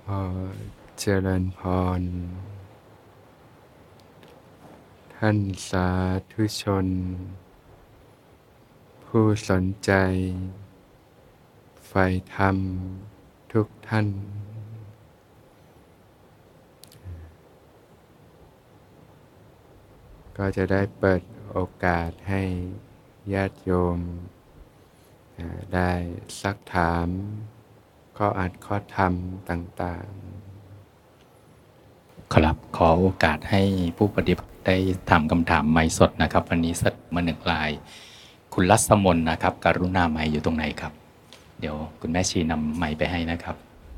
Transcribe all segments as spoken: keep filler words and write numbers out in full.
ขอเจริญพรท่านสาธุชนผู้สนใจใฝ่ธรรมทุกท่านก็จะได้เปิดโอกาสให้ญาติโยมได้ซักถามข้ออัดข้อธรรมต่างๆครับขอโอกาสให้ผู้ปฏิบัติได้ถามคำถามไมค์สดนะครับวันนี้สักมาหนึ่งรายคุณรัศมนนะครับกรุณาไมค์อยู่ตรงไหนครับเดี๋ยวคุณแม่ชีนำไมค์ไปให้นะครับ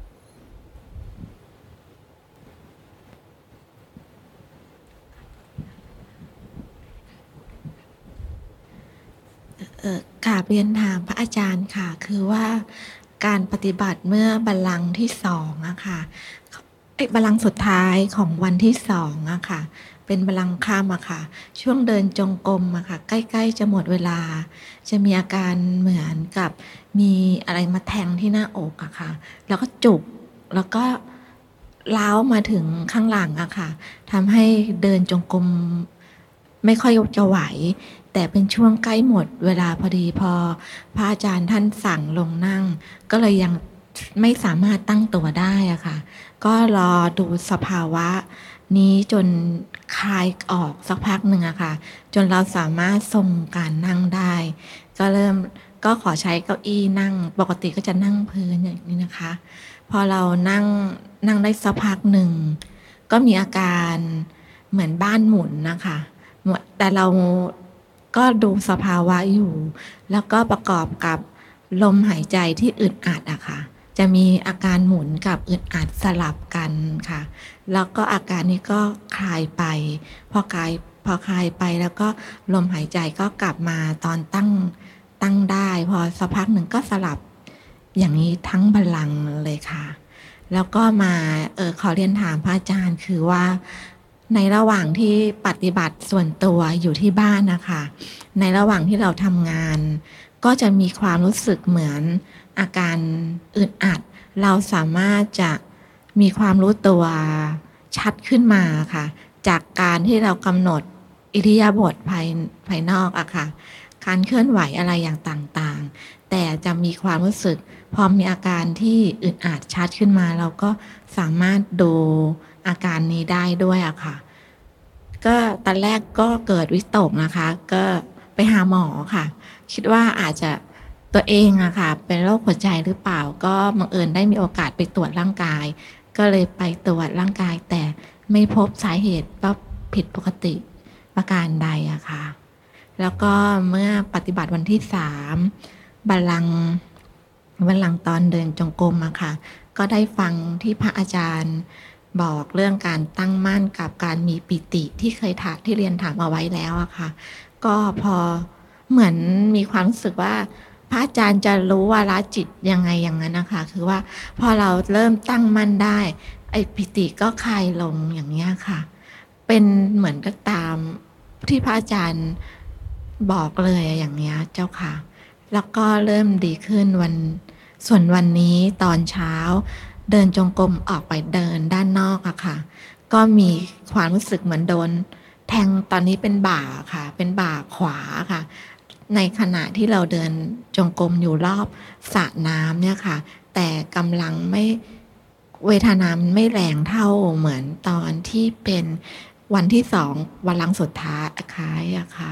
เอ่อกราบเรียนถามพระอาจารย์ค่ะคือว่าการปฏิบัติเมื่อบัลลังก์ที่สองอะค่ะไอ้บัลลังก์สุดท้ายของวันที่สองอะค่ะเป็นบัลลังก์ค่ำอะค่ะช่วงเดินจงกรมอะค่ะใกล้ๆจะหมดเวลาจะมีอาการเหมือนกับมีอะไรมาแทงที่หน้าอกอะค่ะแล้วก็จุกแล้วก็ล้าวมาถึงข้างหลังอะค่ะทำให้เดินจงกรมไม่ค่อยจะไหวแต่เป็นช่วงใกล้หมดเวลาพอดีพอพระอาจารย์ท่านสั่งลงนั่งก็เลยยังไม่สามารถตั้งตัวได้อะค่ะก็รอดูสภาวะนี้จนคลายออกสักพักหนึ่งอะค่ะจนเราสามารถทรงการนั่งได้ก็เริ่มก็ขอใช้เก้าอี้นั่งปกติก็จะนั่งพื้นอย่างนี้นะคะพอเรานั่งนั่งได้สักพักหนึ่งก็มีอาการเหมือนบ้านหมุนนะคะแต่เราก็ดูสภาวะอยู่แล้วก็ประกอบกับลมหายใจที่อึดอัดอะค่ะจะมีอาการหมุนกับอึดอัดสลับกันค่ะแล้วก็อาการนี้ก็คลายไปพอคลายพอคลายไปแล้วก็ลมหายใจก็กลับมาตอนตั้งตั้งได้พอสักพักหนึ่งก็สลับอย่างนี้ทั้งบัลลังก์เลยค่ะแล้วก็มาเออขอเรียนถามพระอาจารย์คือว่าในระหว่างที่ปฏิบัติส่วนตัวอยู่ที่บ้านนะคะในระหว่างที่เราทำงานก็จะมีความรู้สึกเหมือนอาการอึดอัดเราสามารถจะมีความรู้ตัวชัดขึ้นมาค่ะจากการที่เรากำหนดอิริยาบถภายภายนอกอะค่ะการเคลื่อนไหวอะไรอย่างต่างๆแต่จะมีความรู้สึกพอมีอาการที่อึดอัดชัดขึ้นมาเราก็สามารถดูอาการนี้ได้ด้วยอะค่ะก็ตอนแรกก็เกิดวิตกนะคะก็ไปหาหมอค่ะคิดว่าอาจจะตัวเองอะค่ะเป็นโรคหัวใจหรือเปล่าก็บังเอิญได้มีโอกาสไปตรวจร่างกายก็เลยไปตรวจร่างกายแต่ไม่พบสาเหตุว่าผิดปกติประการใดอะค่ะแล้วก็เมื่อปฏิบัติวันที่สามบัลลังก์บัลลังก์ตอนเดินจงกรมอะค่ะก็ได้ฟังที่พระอาจารย์บอกเรื่องการตั้งมั่นกับการมีปิติที่เคยถามที่เรียนถามเอาไว้แล้วอะค่ะก็พอเหมือนมีความรู้สึกว่าพระอาจารย์จะรู้วาระจิตยังไงอย่างนั้นนะคะคือว่าพอเราเริ่มตั้งมั่นได้ไอ้ปิติก็คลายลงอย่างนี้ค่ะเป็นเหมือนก็ตามที่พระอาจารย์บอกเลยอย่างนี้เจ้าค่ะแล้วก็เริ่มดีขึ้นวันส่วนวันนี้ตอนเช้าเดินจงกรมออกไปเดินด้านนอกอะค่ะก็มีความรู้สึกเหมือนโดนแทงตอนนี้เป็นบ่าค่ะเป็นบ่าขวาค่ะในขณะที่เราเดินจงกรมอยู่รอบสระน้ำเนี่ยค่ะแต่กำลังไม่เวทนามันไม่แรงเท่าเหมือนตอนที่เป็นวันที่สองวันลังสุดท้ายคล้ายอะค่ะ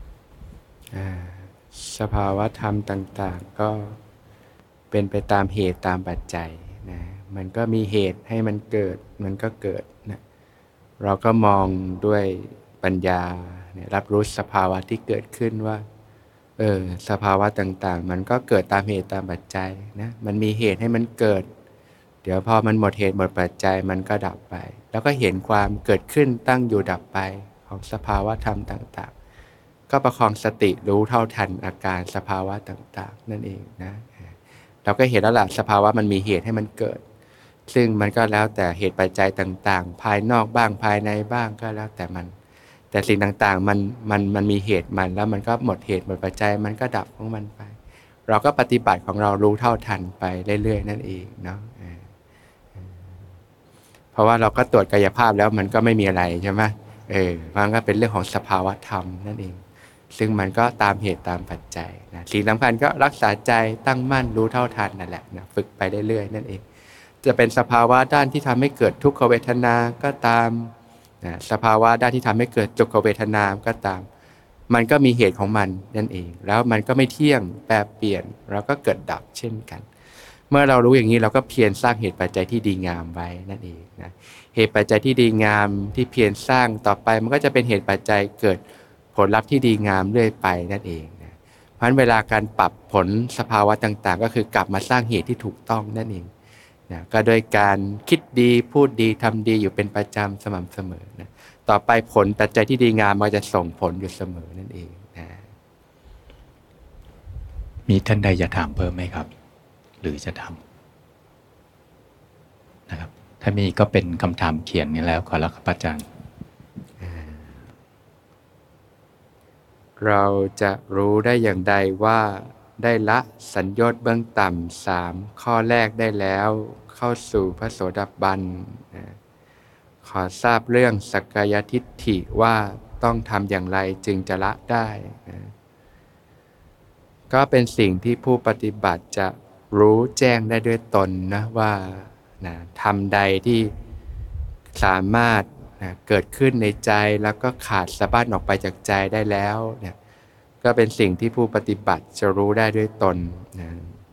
สภาวะธรรมต่างๆก็เป็นไปตามเหตุตามปัจจัยนะมันก็มีเหตุให้มันเกิดมันก็เกิดนะเราก็มองด้วยปัญญาเนี่ยรับรู้สภาวะที่เกิดขึ้นว่าเออสภาวะต่างๆมันก็เกิดตามเหตุตามปัจจัยนะมันมีเหตุให้มันเกิดเดี๋ยวพอมันหมดเหตุหมดปัจจัยมันก็ดับไปแล้วก็เห็นความเกิดขึ้นตั้งอยู่ดับไปของสภาวะธรรมต่างๆก็ประคองสติรู้เท่าทันอาการสภาวะต่างๆนั่นเองนะเราก็เห็นแล้วล่ะสภาวะมันมีเหตุให้มันเกิดซึ่งมันก็แล้วแต่เหตุปัจจัยต่างๆภายนอกบ้างภายในบ้างก็แล้วแต่มันแต่สิ่งต่างๆมันมันมันมีเหตุมันแล้วมันก็หมดเหตุหมดปัจจัยมันก็ดับของมันไปเราก็ปฏิบัติของเรารู้เท่าทันไปเรื่อยๆนั่นเองเนาะเพราะว่าเราก็ตรวจกายภาพแล้วมันก็ไม่มีอะไรใช่ไหมเออมันก็เป็นเรื่องของสภาวะธรรมนั่นเองซึ่งมันก็ตามเหตุตามปัจจัยนะสิ่งสำคัญก็รักษาใจตั้งมั่นรู้เท่าทันนั่นแหละนะฝึกไปเรื่อยๆนั่นเองจะเป็นสภาวะด้านที่ทำให้เกิดทุกขเวทนาก็ตามนะสภาวะด้านที่ทำให้เกิดสุขเวทนาก็ตามมันก็มีเหตุของมันนั่นเองแล้วมันก็ไม่เที่ยงแปรเปลี่ยนแล้วก็เกิดดับเช่นกันเมื่อเรารู้อย่างนี้เราก็เพียรสร้างเหตุปัจจัยที่ดีงามไว้นั่นเองนะเหตุปัจจัยที่ดีงามที่เพียรสร้างต่อไปมันก็จะเป็นเหตุปัจจัยเกิดผลลัพธ์ที่ดีงามเรื่อยไปนั่นเองนะเพราะฉะนั้นเวลาการปรับผลสภาวะต่างๆก็คือกลับมาสร้างเหตุที่ถูกต้องนั่นเองนะก็โดยการคิดดีพูดดีทำดีอยู่เป็นประจำสม่ำเสมอนะต่อไปผลปัจจัยที่ดีงามมันจะส่งผลอยู่เสมอนั่นเองนะมีท่านใดจะถามเพิ่มไหมครับหรือจะทำนะครับถ้ามีก็เป็นคำถามเขียนนี้แล้วขอรับครับอาจารย์เราจะรู้ได้อย่างใดว่าได้ละสัญญาเบื้องต่ำสามข้อแรกได้แล้วเข้าสู่พระโสดาบันนะขอทราบเรื่องสักกายทิฏฐิว่าต้องทำอย่างไรจึงจะละได้นะก็เป็นสิ่งที่ผู้ปฏิบัติจะรู้แจ้งได้ด้วยตนนะว่านะทำใดที่สามารถนะเกิดขึ้นในใจแล้วก็ขาดสะบั้นออกไปจากใจได้แล้วเนี่ยก็เป็นสิ่งที่ผู้ปฏิบัติจะรู้ได้ด้วยตนนะ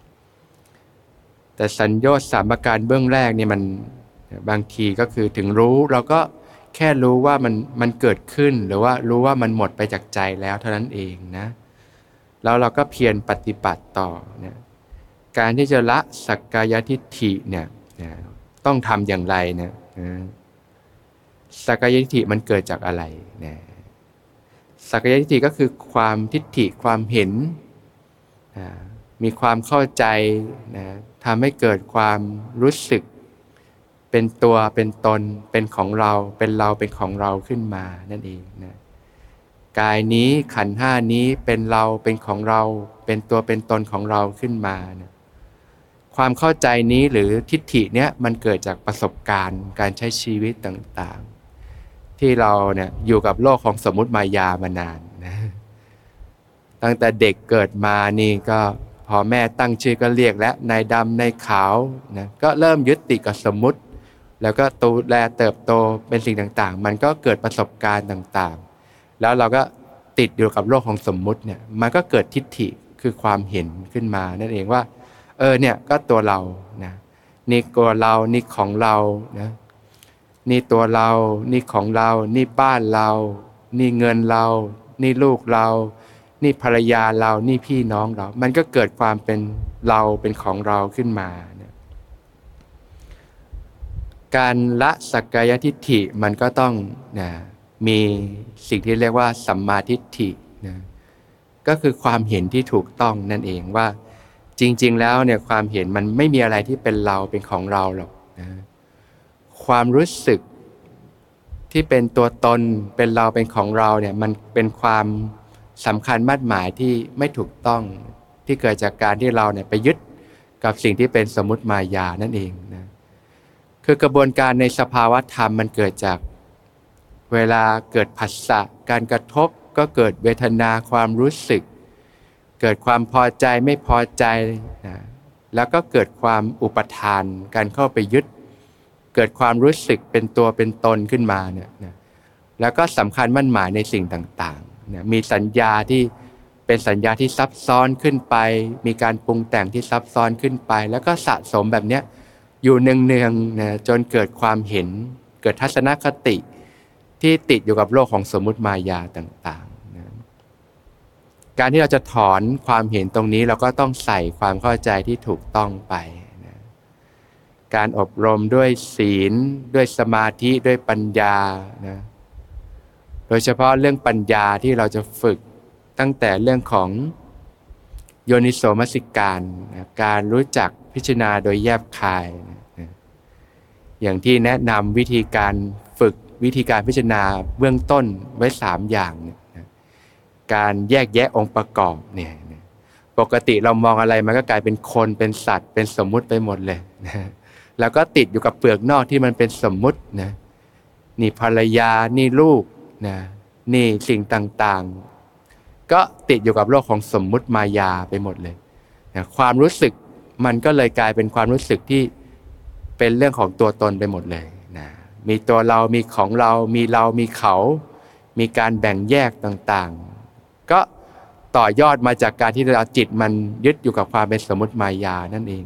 แต่สัญญาสามประการเบื้องแรกนี่มันบางทีก็คือถึงรู้เราก็แค่รู้ว่ามันมันเกิดขึ้นหรือว่ารู้ว่ามันหมดไปจากใจแล้วเท่านั้นเองนะแล้วเราก็เพียรปฏิบัติต่อนะการที่จะละสักกายทิฏฐิเนี่ยต้องทำอย่างไรเนี่ยสักกายทิฏฐิมันเกิดจากอะไรนะสักกายทิฏฐิก็คือความทิฏฐิความเห็นมีความเข้าใจนะทำให้เกิดความรู้สึกเป็นตัวเป็นตนเป็นของเราเป็นเราเป็นของเราขึ้นมานั่นเองนะกายนี้ขันธ์ห้านี้เป็นเราเป็นของเราเป็นตัวเป็นตนของเราขึ้นมานะความเข้าใจนี้หรือทิฏฐิเนี้ยมันเกิดจากประสบการณ์การใช้ชีวิตต่างๆที่เราเนี่ยอยู่กับโลกของสมมุติมายามานานนะตั้งแต่เด็กเกิดมานี่ก็พอแม่ตั้งชื่อก็เรียกแล้วนายดำนายขาวนะก็เริ่มยึดติดกับสมมุติแล้วก็โตแลเติบโตเป็นสิ่งต่างๆมันก็เกิดประสบการณ์ต่างๆแล้วเราก็ติดอยู่กับโลกของสมมุติเนี่ยมันก็เกิดทิฏฐิคือความเห็นขึ้นมานั่นเองว่าเออเนี่ยก็ตัวเรานะนี่ตัวเรานี่ของเรานะนี่ตัวเรานี่ของเรานี่บ้านเรานี่เงินเรานี่ลูกเรานี่ภรรยาเรานี่พี่น้องเรามันก็เกิดความเป็นเราเป็นของเราขึ้นมานะการละสักกายทิฏฐิมันก็ต้องนะมีสิ่งที่เรียกว่าสัมมาทิฏฐินะก็คือความเห็นที่ถูกต้องนั่นเองว่าจริงๆแล้วเนี่ยความเห็นมันไม่มีอะไรที่เป็นเราเป็นของเราหรอกนะความรู้สึกที่เป็นตัวตนเป็นเราเป็นของเราเนี่ยมันเป็นความสำคัญมั่นหมายที่ไม่ถูกต้องที่เกิดจากการที่เราเนี่ยไปยึดกับสิ่งที่เป็นสมมุติมายานั่นเองนะคือกระบวนการในสภาวะธรรมมันเกิดจากเวลาเกิดผัสสะการกระทบก็เกิดเวทนาความรู้สึกเกิดความพอใจไม่พอใจนะแล้วก็เกิดความอุปทานการเข้าไปยึดเกิดความรู้สึกเป็นตัวเป็นตนขึ้นมาเนี่ยนะแล้วก็สำคัญมั่นหมายในสิ่งต่างๆนะมีสัญญาที่เป็นสัญญาที่ซับซ้อนขึ้นไปมีการปรุงแต่งที่ซับซ้อนขึ้นไปแล้วก็สะสมแบบเนี้ยอยู่เนืองๆนะจนเกิดความเห็นเกิดทัศนคติที่ติดอยู่กับโลกของสมมุติมายาต่างๆนะการที่เราจะถอนความเห็นตรงนี้เราก็ต้องใส่ความเข้าใจที่ถูกต้องไปนะการอบรมด้วยศีลด้วยสมาธิด้วยปัญญานะโดยเฉพาะเรื่องปัญญาที่เราจะฝึกตั้งแต่เรื่องของโยนิโสมนสิการนะการรู้จักพิจารณาโดยแยบคายนะอย่างที่แนะนำวิธีการฝึกวิธีการพิจารณาเบื้องต้นไว้สามอย่างนะการแยกแยะองค์ประกอบเนี่ยปกติเรามองอะไรมันก็กลายเป็นคนเป็นสัตว์เป็นสมมุติไปหมดเลยนะแล้วก็ติดอยู่กับเปลือกนอกที่มันเป็นสมมุตินะนี่ภรรยานี่ลูกนะนี่สิ่งต่างๆก็ติดอยู่กับโลกของสมมุติมายาไปหมดเลยนะความรู้สึกมันก็เลยกลายเป็นความรู้สึกที่เป็นเรื่องของตัวตนไปหมดเลยนะมีตัวเรามีของเรามีเรามีเขามีการแบ่งแยกต่างๆก็ต่อยอดมาจากการที่เราจิตมันยึดอยู่กับความเป็นสมมุติมายานั่นเอง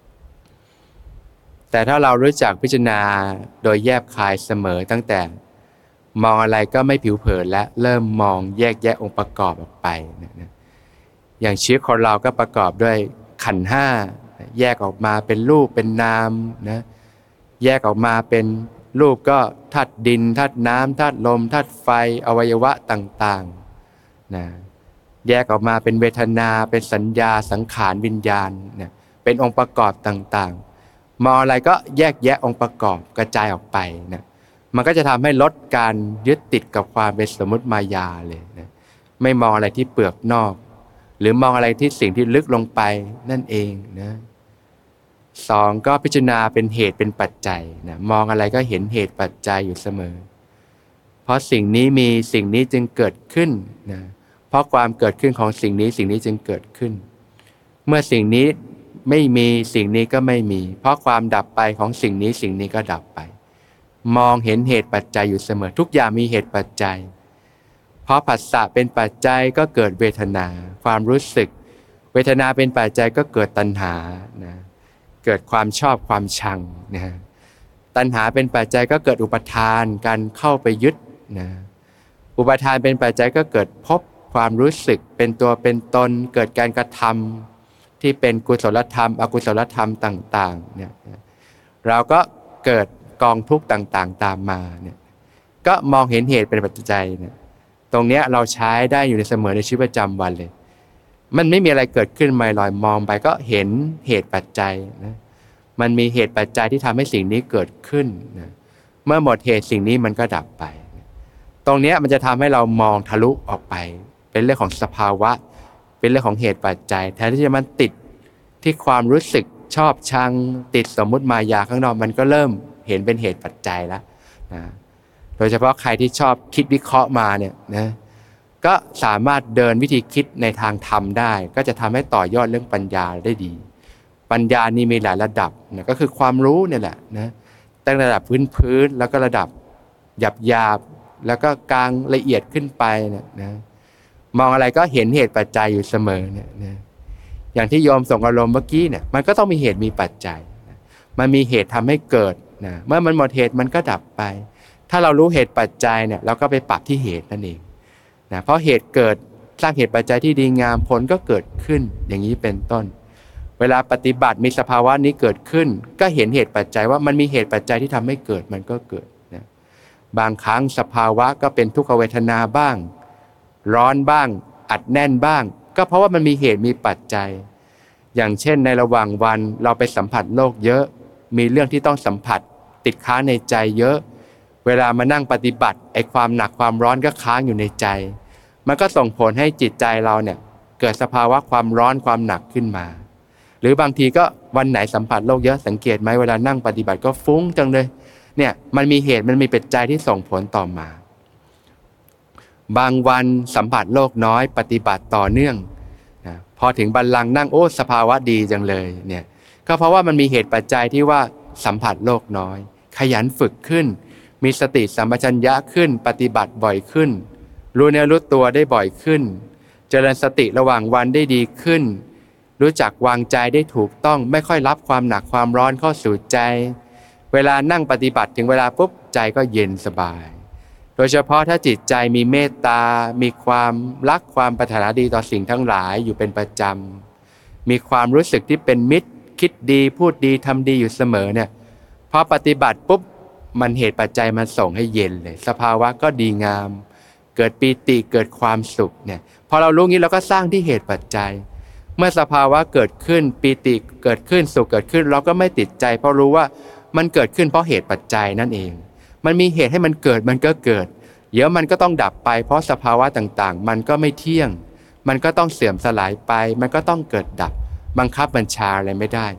แต่ถ้าเรารู้จักพิจารณาโดยแยบคายเสมอตั้งแต่มองอะไรก็ไม่ผิวเผินและเริ่มมองแยกแยะองค์ประกอบออกไปนะอย่างชีวิตของเราก็ประกอบด้วยขันธ์ห้าแยกออกมาเป็นรูปเป็นนามนะแยกออกมาเป็นรูปก็ธาตุดินธาตุน้ำธาตุลมธาตุไฟอวัยวะต่างๆนะแยกออกมาเป็นเวทนาเป็นสัญญาสังขารวิญญาณเนี่ยเป็นองค์ประกอบต่างๆมองอะไรก็แยกแยะองค์ประกอบกระจายออกไปนะมันก็จะทำให้ลดการยึดติดกับความเป็นสมมุติมายาเลยนะไม่มองอะไรที่เปลือกนอกหรือมองอะไรที่สิ่งที่ลึกลงไปนั่นเองนะสองก็พิจารณาเป็นเหตุเป็นปัจจัยนะมองอะไรก็เห็นเหตุปัจจัยอยู่เสมอเพราะสิ่งนี้มีสิ่งนี้จึงเกิดขึ้นนะเพราะความเกิดขึ้นของสิ่งนี้สิ่งนี้จึงเกิดขึ้นเมื่อสิ่งนี้ไม่มีสิ่งนี้ก็ไม่มีเพราะความดับไปของสิ่งนี้สิ่งนี้ก็ดับไปมองเห็นเหตุปัจจัยอยู่เสมอทุกอย่างมีเหตุปัจจัยเพราะผัสสะเป็นปัจจัยก็เกิดเวทนาความรู้สึกเวทนาเป็นปัจจัยก็เกิดตัณหานะเกิดความชอบความชังนะตัณหาเป็นปัจจัยก็เกิดอุปทานการเข้าไปยึดนะอุปทานเป็นปัจจัยก็เกิดพบความรู้สึกเป็นตัวเป็นตนเกิดการกระทำที่เป็นกุศลธรรมอกุศลธรรมต่างๆเนี่ยเราก็เกิดกองทุกข์ต่างๆตามมาเนี่ยก็มองเห็นเหตุเป็นปัจจัยเนี่ยตรงเนี้ยเราใช้ได้อยู่ในเสมอในชีวิตประจำวันเลยมันไม่มีอะไรเกิดขึ้นมาลอยมองไปก็เห็นเหตุปัจจัยนะมันมีเหตุปัจจัยที่ทำให้สิ่งนี้เกิดขึ้นนะเมื่อหมดเหตุสิ่งนี้มันก็ดับไปตรงเนี้ยมันจะทำให้เรามองทะลุออกไปเป็นเรื่องของสภาวะเป็นเรื่องของเหตุปัจจัยแทนที่จะมันติดที่ความรู้สึกชอบชังติดสมมุติมายาข้างนอกมันก็เริ่มเห็นเป็นเหตุปัจจัยแล้วนะโดยเฉพาะใครที่ชอบคิดวิเคราะห์มาเนี่ยนะก็สามารถเดินวิธีคิดในทางธรรมได้ก็จะทำให้ต่อยอดเรื่องปัญญาได้ดีปัญญานี่มีหลายระดับนะก็คือความรู้เนี่ยแหละนะตั้งระดับพื้นๆแล้วก็ระดับหยาบๆแล้วก็กลางละเอียดขึ้นไปเนี่ยนะมองอะไรก็เห็นเหตุปัจจัยอยู่เสมอเนี่ยนะอย่างที่โยมส่งอารมณ์เมื่อกี้เนี่ยมันก็ต้องมีเหตุมีปัจจัยนะมันมีเหตุทำให้เกิดนะเมื่อมันหมดเหตุมันก็ดับไปถ้าเรารู้เหตุปัจจัยเนี่ยเราก็ไปปรับที่เหตุนั่นเองนะเพราะเหตุเกิดสร้างเหตุปัจจัยที่ดีงามผลก็เกิดขึ้นอย่างนี้เป็นต้นเวลาปฏิบัติมีสภาวะนี้เกิดขึ้นก็เห็นเหตุปัจจัยว่ามันมีเหตุปัจจัยที่ทำให้เกิดมันก็เกิดนะบางครั้งสภาวะก็เป็นทุกขเวทนาบ้างร้อนบ้างอัดแน่นบ้างก็เพราะว่ามันมีเหตุมีปัจจัยอย่างเช่นในระหว่างวันเราไปสัมผัสโลกเยอะมีเรื่องที่ต้องสัมผัสติดค้างในใจเยอะเวลามานั่งปฏิบัติไอ้ความหนักความร้อนก็ค้างอยู่ในใจมันก็ส่งผลให้จิตใจเราเนี่ยเกิดสภาวะความร้อนความหนักขึ้นมาหรือบางทีก็วันไหนสัมผัสโลกเยอะสังเกตไหมเวลานั่งปฏิบัติก็ฟุ้งจังเลยเนี่ยมันมีเหตุมันมีปัจจัยที่ส่งผลต่อมาบางวันสัมผัสโลกน้อยปฏิบัติต่อเนื่องนะพอถึงบัลลังก์นั่งโอ้สภาวะดีจังเลยเนี่ยก็เพราะว่ามันมีเหตุปัจจัยที่ว่าสัมผัสโลกน้อยขยันฝึกขึ้นมีสติสัมปชัญญะขึ้นปฏิบัติบ่อยขึ้นรู้เนื้อรู้ตัวได้บ่อยขึ้นเจริญสติระหว่างวันได้ดีขึ้นรู้จักวางใจได้ถูกต้องไม่ค่อยรับความหนักความร้อนเข้าสู่ใจเวลานั่งปฏิบัติถึงเวลาปุ๊บใจก็เย็นสบายโดยเฉพาะถ้าจิตใจมีเมตตามีความรักความปรารถนาดีต่อสิ่งทั้งหลายอยู่เป็นประจำมีความรู้สึกที่เป็นมิตรคิดดีพูดดีทำดีอยู่เสมอเนี่ยพอปฏิบัติปุ๊บมันเหตุปัจจัยมันส่งให้เย็นเลยสภาวะก็ดีงามเกิดปีติเกิดความสุขเนี่ยพอเรารู้งี้เราก็สร้างที่เหตุปัจจัยเมื่อสภาวะเกิดขึ้นปีติเกิดขึ้นสุขเกิดขึ้นเราก็ไม่ติดใจเพราะรู้ว่ามันเกิดขึ้นเพราะเหตุปัจจัยนั่นเองมันมีเหตุให้มันเกิดมันก็เกิดเดี๋ยวมันก็ต้องดับไปเพราะสภาวะต่างๆมันก็ไม่เที่ยงมันก็ต้องเสื่อมสลายไปมันก็ต้องเกิดดับบังคับบัญชาอะไรไม่ได้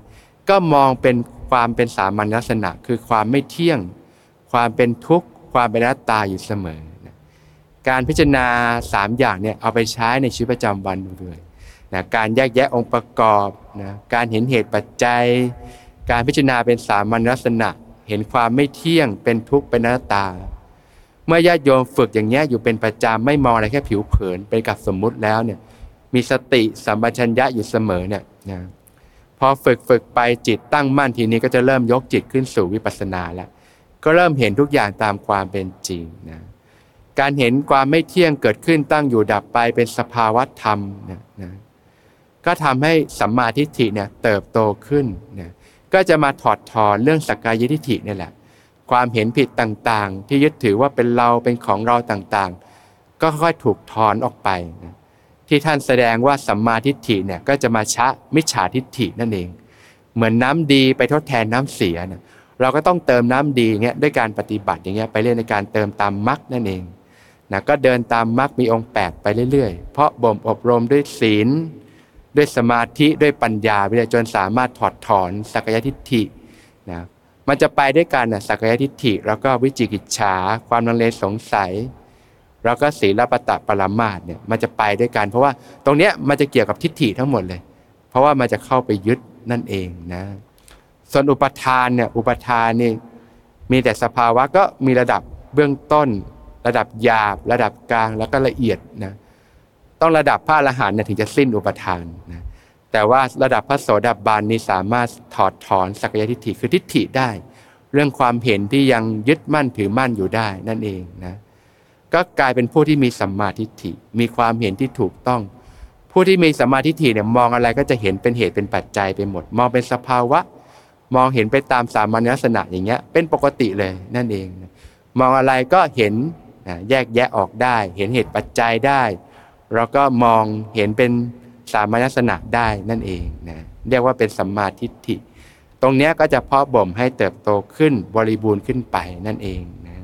ก็มองเป็นความเป็นสามัญลักษณะคือความไม่เที่ยงความเป็นทุกข์ความเป็นอนัตตาอยู่เสมอนะการพิจารณาสามอย่างเนี่ยเอาไปใช้ในชีวิตประจำวันเลยนะการแยกแยะองค์ประกอบนะการเห็นเหตุปัจจัยการพิจารณาเป็นสามัญลักษณะเห็นความไม่เที่ยงเป็นทุกข์เป็นอนัตตาเมื่อญาติโยมฝึกอย่างเงี้ยอยู่เป็นประจำไม่มองอะไรแค่ผิวเผินเป็นกับสมมุติแล้วเนี่ยมีสติสัมปชัญญะอยู่เสมอเนี่ยนะพอฝึกฝึกไปจิตตั้งมั่นทีนี้ก็จะเริ่มยกจิตขึ้นสู่วิปัสสนาแล้วก็เริ่มเห็นทุกอย่างตามความเป็นจริงนะการเห็นความไม่เที่ยงเกิดขึ้นตั้งอยู่ดับไปเป็นสภาวะธรรมนะนะก็ทำให้สัมมาทิฏฐิเนี่ยเติบโตขึ้นนะก็จะมาถอดถอนเรื่องสักกายทิฏฐินี่แหละความเห็นผิดต่างๆที่ยึดถือว่าเป็นเราเป็นของเราต่างๆก็ค่อยๆถูกถอนออกไปนะที่ท่านแสดงว่าสัมมาทิฏฐิเนี่ยก็จะมาชะมิจฉาทิฏฐินั่นเองเหมือนน้ำดีไปทดแทนน้ำเสียนะเราก็ต้องเติมน้ำดีเงี้ยด้วยการปฏิบัติอย่างเงี้ยไปเรื่อยในการเติมตามมรรคนั่นเองนะก็เดินตามมรรคมีองค์แปดไปเรื่อยๆเพราะบ่มอบรมด้วยศีลด้วยสมาธิด้วยปัญญาไปจนสามารถถอดถอนสักกายทิฏฐินะมันจะไปด้วยกันนะสักกายทิฏฐิแล้วก็วิจิกิจฉาความลังเลสงสัยแล้วก็ศีลปตปรามาสเนี่ยมันจะไปด้วยกันเพราะว่าตรงเนี้ยมันจะเกี่ยวกับทิฏฐิทั้งหมดเลยเพราะว่ามันจะเข้าไปยึดนั่นเองนะส่วนอุปทานเนี่ยอุปทานนี่มีแต่สภาวะก็มีระดับเบื้องต้นระดับหยาบระดับกลางแล้วก็ละเอียดนะต้องระดับพระอรหันต์เนี่ยถึงจะสิ้นอุปทานนะแต่ว่าระดับพระโสดาบันนี่สามารถถอดถอนสักกายทิฏฐิคือทิฏฐิได้เรื่องความเห็นที่ยังยึดมั่นถือมั่นอยู่ได้นั่นเองนะก็กลายเป็นผู้ที่มีสัมมาทิฏฐิมีความเห็นที่ถูกต้องผู้ที่มีสัมมาทิฏฐิเนี่ยมองอะไรก็จะเห็นเป็นเหตุเป็นปัจจัยไปหมดมองเป็นสภาวะมองเห็นไปตามสามัญลักษณะอย่างเงี้ยเป็นปกติเลยนั่นเองนะมองอะไรก็เห็นนะแยกแยะออกได้เห็นเหตุปัจจัยได้แล้วก็มองเห็นเป็นสามัญลักษณะได้นั่นเองนะเรียกว่าเป็นสัมมาทิฏฐิตรงเนี้ยก็จะเพาะบ่มให้เติบโตขึ้นบริบูรณ์ขึ้นไปนั่นเองนะ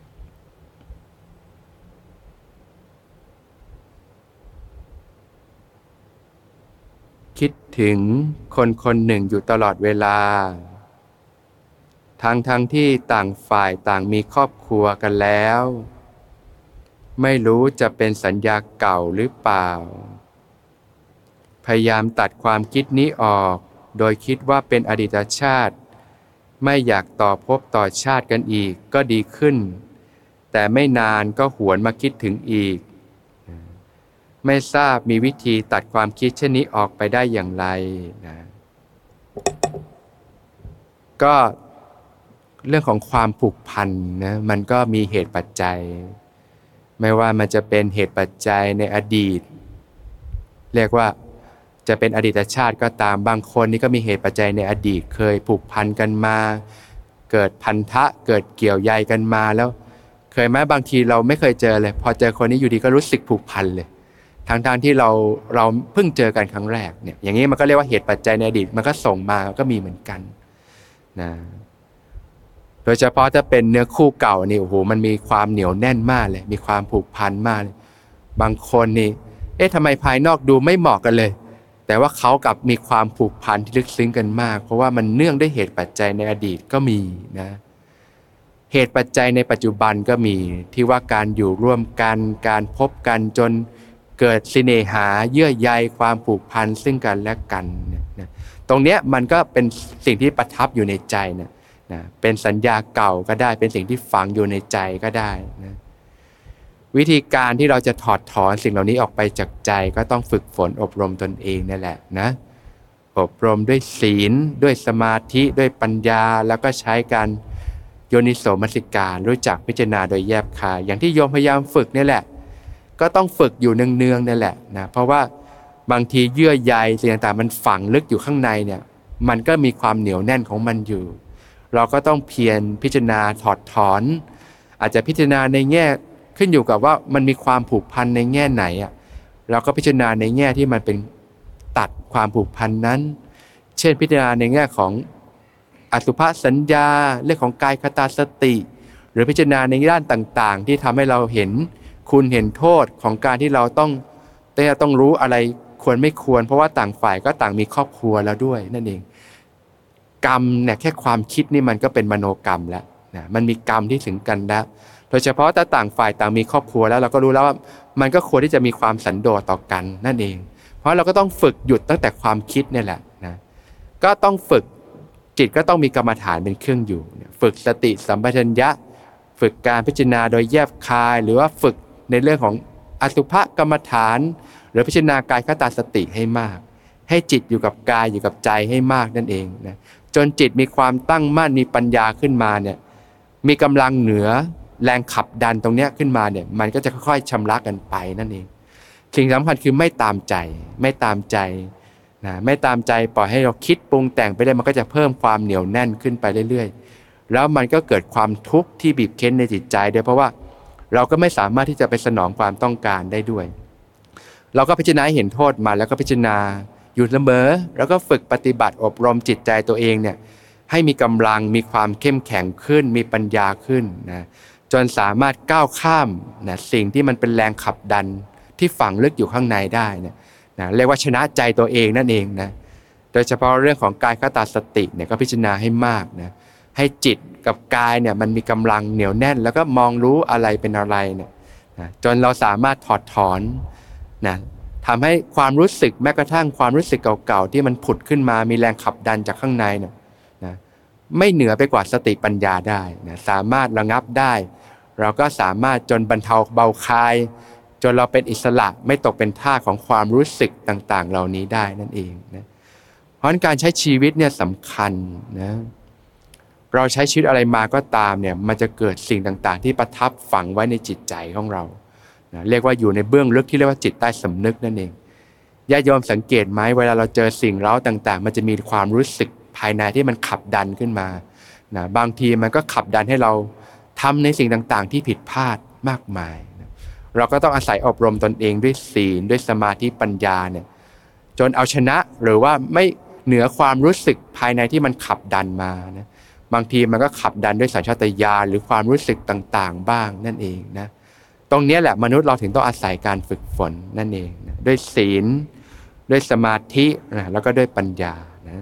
คิดถึงคนคนหนึ่งอยู่ตลอดเวลาทั้งทั้งที่ต่างฝ่ายต่างมีครอบครัวกันแล้วไม่รู้จะเป็นสัญญาเก่าหรือเปล่าพยายามตัดความคิดนี้ออกโดยคิดว่าเป็นอดีตชาติไม่อยากต่อภพต่อชาติกันอีกก็ดีขึ้นแต่ไม่นานก็หวนมาคิดถึงอีกไม่ทราบมีวิธีตัดความคิดเช่นนี้ออกไปได้อย่างไรนะก็เรื่องของความผูกพันนะมันก็มีเหตุปัจจัยไม่ว่ามันจะเป็นเหตุปัจจัยในอดีตเรียกว่าจะเป็นอดีตชาติก็ตามบางคนนี่ก็มีเหตุปัจจัยในอดีตเคยผูกพันกันมาเกิดพันธะเกิดเกี่ยวใยกันมาแล้วเคยไหมบางทีเราไม่เคยเจอเลยพอเจอคนนี้อยู่ดีก็รู้สึกผูกพันเลยทางทางที่เราเราเพิ่งเจอกันครั้งแรกเนี่ยอย่างนี้มันก็เรียกว่าเหตุปัจจัยในอดีตมันก็ส่งมาก็มีเหมือนกันนะโดยเฉพาะถ้าเป็นเนื้อคู่เก่านี่โอ้โหมันมีความเหนียวแน่นมากเลยมีความผูกพันมากเลยบางคนนี่เอ๊ะทำไมภายนอกดูไม่เหมาะกันเลยแต่ว่าเขากับมีความผูกพันที่ลึกซึ้งกันมากเพราะว่ามันเนื่องด้วยเหตุปัจจัยในอดีตก็มีนะเหตุปัจจัยในปัจจุบันก็มีที่ว่าการอยู่ร่วมกันการพบกันจนเกิดสิเนหาเยื่อใยความผูกพันซึ่งกันและกันนะตรงเนี้ยมันก็เป็นสิ่งที่ประทับอยู่ในใจนะนะเป็นสัญญาเก่าก็ได้เป็นสิ่งที่ฝังอยู่ในใจก็ได้นะวิธีการที่เราจะถอดถอนสิ่งเหล่านี้ออกไปจากใจก็ต้องฝึกฝนอบรมตนเองนั่นแหละนะอบรมด้วยศีลด้วยสมาธิด้วยปัญญาแล้วก็ใช้การโยนิโสมนสิการรู้จักพิจารณาโดยแยบคายอย่างที่โยมพยายามฝึกนี่แหละก็ต้องฝึกอยู่เนืองๆนั่นแหละนะเพราะว่าบางทีเยื่อใยสิ่งต่างๆมันฝังลึกอยู่ข้างในเนี่ยมันก็มีความเหนียวแน่นของมันอยู่เราก็ต้องเพียรพิจารณาถอดถอนอาจจะพิจารณาในแง่ขึ้นอยู่กับว่ามันมีความผูกพันในแง่ไหนอ่ะเราก็พิจารณาในแง่ที่มันเป็นตัดความผูกพันนั้นเช่นพิจารณาในแง่ของอสุภสัญญาเรื่องของกายคตาสติหรือพิจารณาในด้านต่างๆที่ทำให้เราเห็นคุณเห็นโทษของการที่เราต้องแต่ต้องรู้อะไรควรไม่ควรเพราะว่าต่างฝ่ายก็ต่างมีครอบครัวแล้วด้วยนั่นเองกรรมเนี่ยแค่ความคิดนี่มันก็เป็นมโนกรรมแล้วนะมันมีกรรมที่ถึงกันแล้วโดยเฉพาะถ้าต่างฝ่ายต่างมีครอบครัวแล้วเราก็รู้แล้วว่ามันก็ควรที่จะมีความสันโดษต่อกันนั่นเองเพราะเราก็ต้องฝึกหยุดตั้งแต่ความคิดเนี่ยแหละนะก็ต้องฝึกจิตก็ต้องมีกรรมฐานเป็นเครื่องอยู่ฝึกสติสัมปชัญญะฝึกการพิจารณาโดยแยบคายหรือว่าฝึกในเรื่องของอสุภกรรมฐานหรือพิจารณากายคตาสติให้มากให้จิตอยู่กับกายอยู่กับใจให้มากนั่นเองนะจนจิตมีความตั้งมั่นมีปัญญาขึ้นมาเนี่ยมีกำลังเหนือแรงขับดันตรงเนี้ยขึ้นมาเนี่ยมันก็จะค่อยๆชำระกันไปนั่นเองสิ่งสำคัญคือไม่ตามใจไม่ตามใจนะไม่ตามใจปล่อยให้เราคิดปรุงแต่งไปเรื่อยมันก็จะเพิ่มความเหนียวแน่นขึ้นไปเรื่อยๆแล้วมันก็เกิดความทุกข์ที่บีบเค้นในจิตใจด้วยเพราะว่าเราก็ไม่สามารถที่จะไปสนองความต้องการได้ด้วยเราก็พิจารณาเห็นโทษมาแล้วก็พิจารณาอยู่เสมอแล้วก็ฝึกปฏิบัติอบรมจิตใจตัวเองเนี่ยให้มีกำลังมีความเข้มแข็งขึ้นมีปัญญาขึ้นนะจนสามารถก้าวข้ามนะสิ่งที่มันเป็นแรงขับดันที่ฝังลึกอยู่ข้างในได้นะนะเรียกว่าชนะใจตัวเองนั่นเองนะโดยเฉพาะเรื่องของกายคตาสติเนี่ยก็พิจารณาให้มากนะให้จิตกับกายเนี่ยมันมีกำลังเหนียวแน่นแล้วก็มองรู้อะไรเป็นอะไรเนี่ยนะจนเราสามารถถอดถอนนะทำให้ความรู้สึกแม้กระทั่งความรู้สึกเก่าๆที่มันผุดขึ้นมามีแรงขับดันจากข้างในเนี่ยนะไม่เหนือไปกว่าสติปัญญาได้นะสามารถระงับได้เราก็สามารถจนบรรเทาเบาคลายจนเราเป็นอิสระไม่ตกเป็นทาสของความรู้สึกต่างๆเหล่านี้ได้นั่นเองนะเพราะฉะนั้นการใช้ชีวิตเนี่ยสำคัญนะเราใช้ชีวิตอะไรมาก็ตามเนี่ยมันจะเกิดสิ่งต่างๆที่ประทับฝังไว้ในจิตใจของเรานะเรียกว่าอยู่ในเบื้องลึกที่เรียกว่าจิตใต้สำนึกนั่นเองญาติโยมสังเกตไหมเวลาเราเจอสิ่งเร้าต่างๆมันจะมีความรู้สึกภายในที่มันขับดันขึ้นมานะบางทีมันก็ขับดันให้เราทำในสิ่งต่างๆที่ผิดพลาดมากมายนะเราก็ต้องอาศัยอบรมตนเองด้วยศีลด้วยสมาธิปัญญาเนี่ยจนเอาชนะหรือว่าไม่เหนือความรู้สึกภายในที่มันขับดันมานะบางทีมันก็ขับดันด้วยสัญชาตญาณหรือความรู้สึกต่างๆบ้างนั่นเองนะตรงนี้แหละมนุษย์เราถึงต้องอาศัยการฝึกฝนนั่นเองนะด้วยศีลด้วยสมาธินะแล้วก็ด้วยปัญญานะ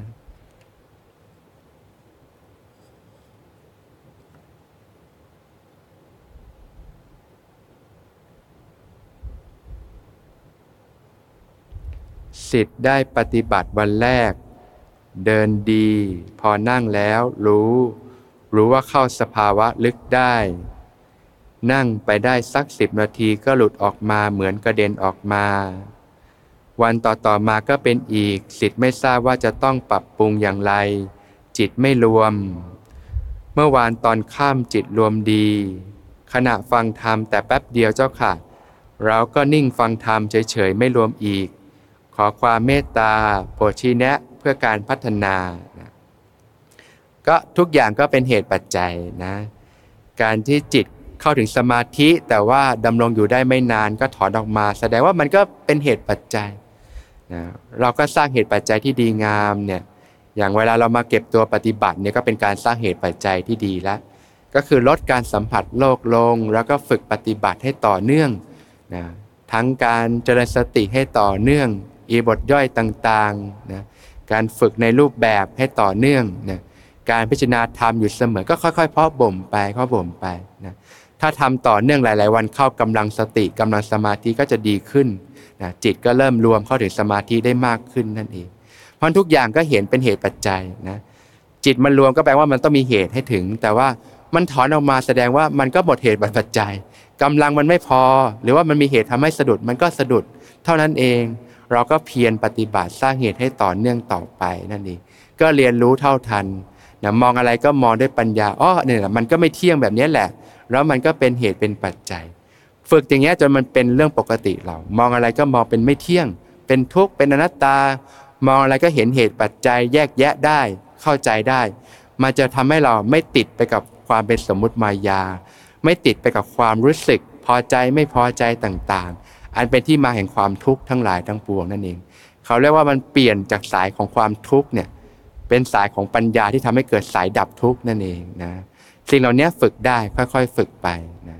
ศิษย์ได้ปฏิบัติวันแรกเดินดีพอนั่งแล้วรู้รู้ว่าเข้าสภาวะลึกได้นั่งไปได้สักสิบนาทีก็หลุดออกมาเหมือนกระเด็นออกมาวันต่อๆมาก็เป็นอีกศิษย์ไม่ทราบว่าจะต้องปรับปรุงอย่างไรจิตไม่รวมเมื่อวานตอนค่ำจิตรวมดีขณะฟังธรรมแต่แป๊บเดียวเจ้าค่ะเราก็นิ่งฟังธรรมเฉยๆไม่รวมอีกขอความเมตตาโปรดชี้แนะเพื่อการพัฒนานะก็ทุกอย่างก็เป็นเหตุปัจจัยนะการที่จิตเข้าถึงสมาธิแต่ว่าดำรงอยู่ได้ไม่นานก็ถอนออกมาแสดงว่ามันก็เป็นเหตุปัจจัยนะเราก็สร้างเหตุปัจจัยที่ดีงามเนี่ยอย่างเวลาเรามาเก็บตัวปฏิบัติเนี่ยก็เป็นการสร้างเหตุปัจจัยที่ดีแล้วก็คือลดการสัมผัสโลกลงแล้วก็ฝึกปฏิบัติให้ต่อเนื่องนะทั้งการเจริญสติให้ต่อเนื่องอีบทย่อยต่างๆนะการฝึกในรูปแบบให้ต่อเนื่องนะการพิจารณาธรรมอยู่เสมอก็ค่อยๆเพาะบ่มไปเพาะบ่มไปนะถ้าทำต่อเนื่องหลายๆวันเข้ากำลังสติกำลังสมาธิก็จะดีขึ้นนะจิตก็เริ่มรวมเข้าถึงสมาธิได้มากขึ้นนั่นเองเพราะทุกอย่างก็เห็นเป็นเหตุปัจจัยนะจิตมันรวมก็แปลว่ามันต้องมีเหตุให้ถึงแต่ว่ามันถอนออกมาแสดงว่ามันก็หมดเหตุปัจจัยกำลังมันไม่พอหรือว่ามันมีเหตุทำให้สะดุดมันก็สะดุดเท่านั้นเองเราก็เพียรปฏิบัติสร้างเหตุให้ต่อเนื่องต่อไปนั่นเองก็เรียนรู้เท่าทันนะมองอะไรก็มองด้วยปัญญาอ้อเนี่ยมันก็ไม่เที่ยงแบบนี้แหละแล้วมันก็เป็นเหตุเป็นปัจจัยฝึกอย่างเงี้ยจนมันเป็นเรื่องปกติเรามองอะไรก็มองเป็นไม่เที่ยงเป็นทุกข์เป็นอนัตตามองอะไรก็เห็นเหตุปัจจัยแยกแยะได้เข้าใจได้มันจะทำให้เราไม่ติดไปกับความเป็นสมมุติมายาไม่ติดไปกับความรู้สึกพอใจไม่พอใจต่างๆอันเป็นที่มาแห่งความทุกข์ทั้งหลายทั้งปวงนั่นเองเขาเรียกว่ามันเปลี่ยนจากสายของความทุกข์เนี่ยเป็นสายของปัญญาที่ทำให้เกิดสายดับทุกข์นั่นเองนะสิ่งเหล่านี้ฝึกได้ค่อยๆฝึกไปนะ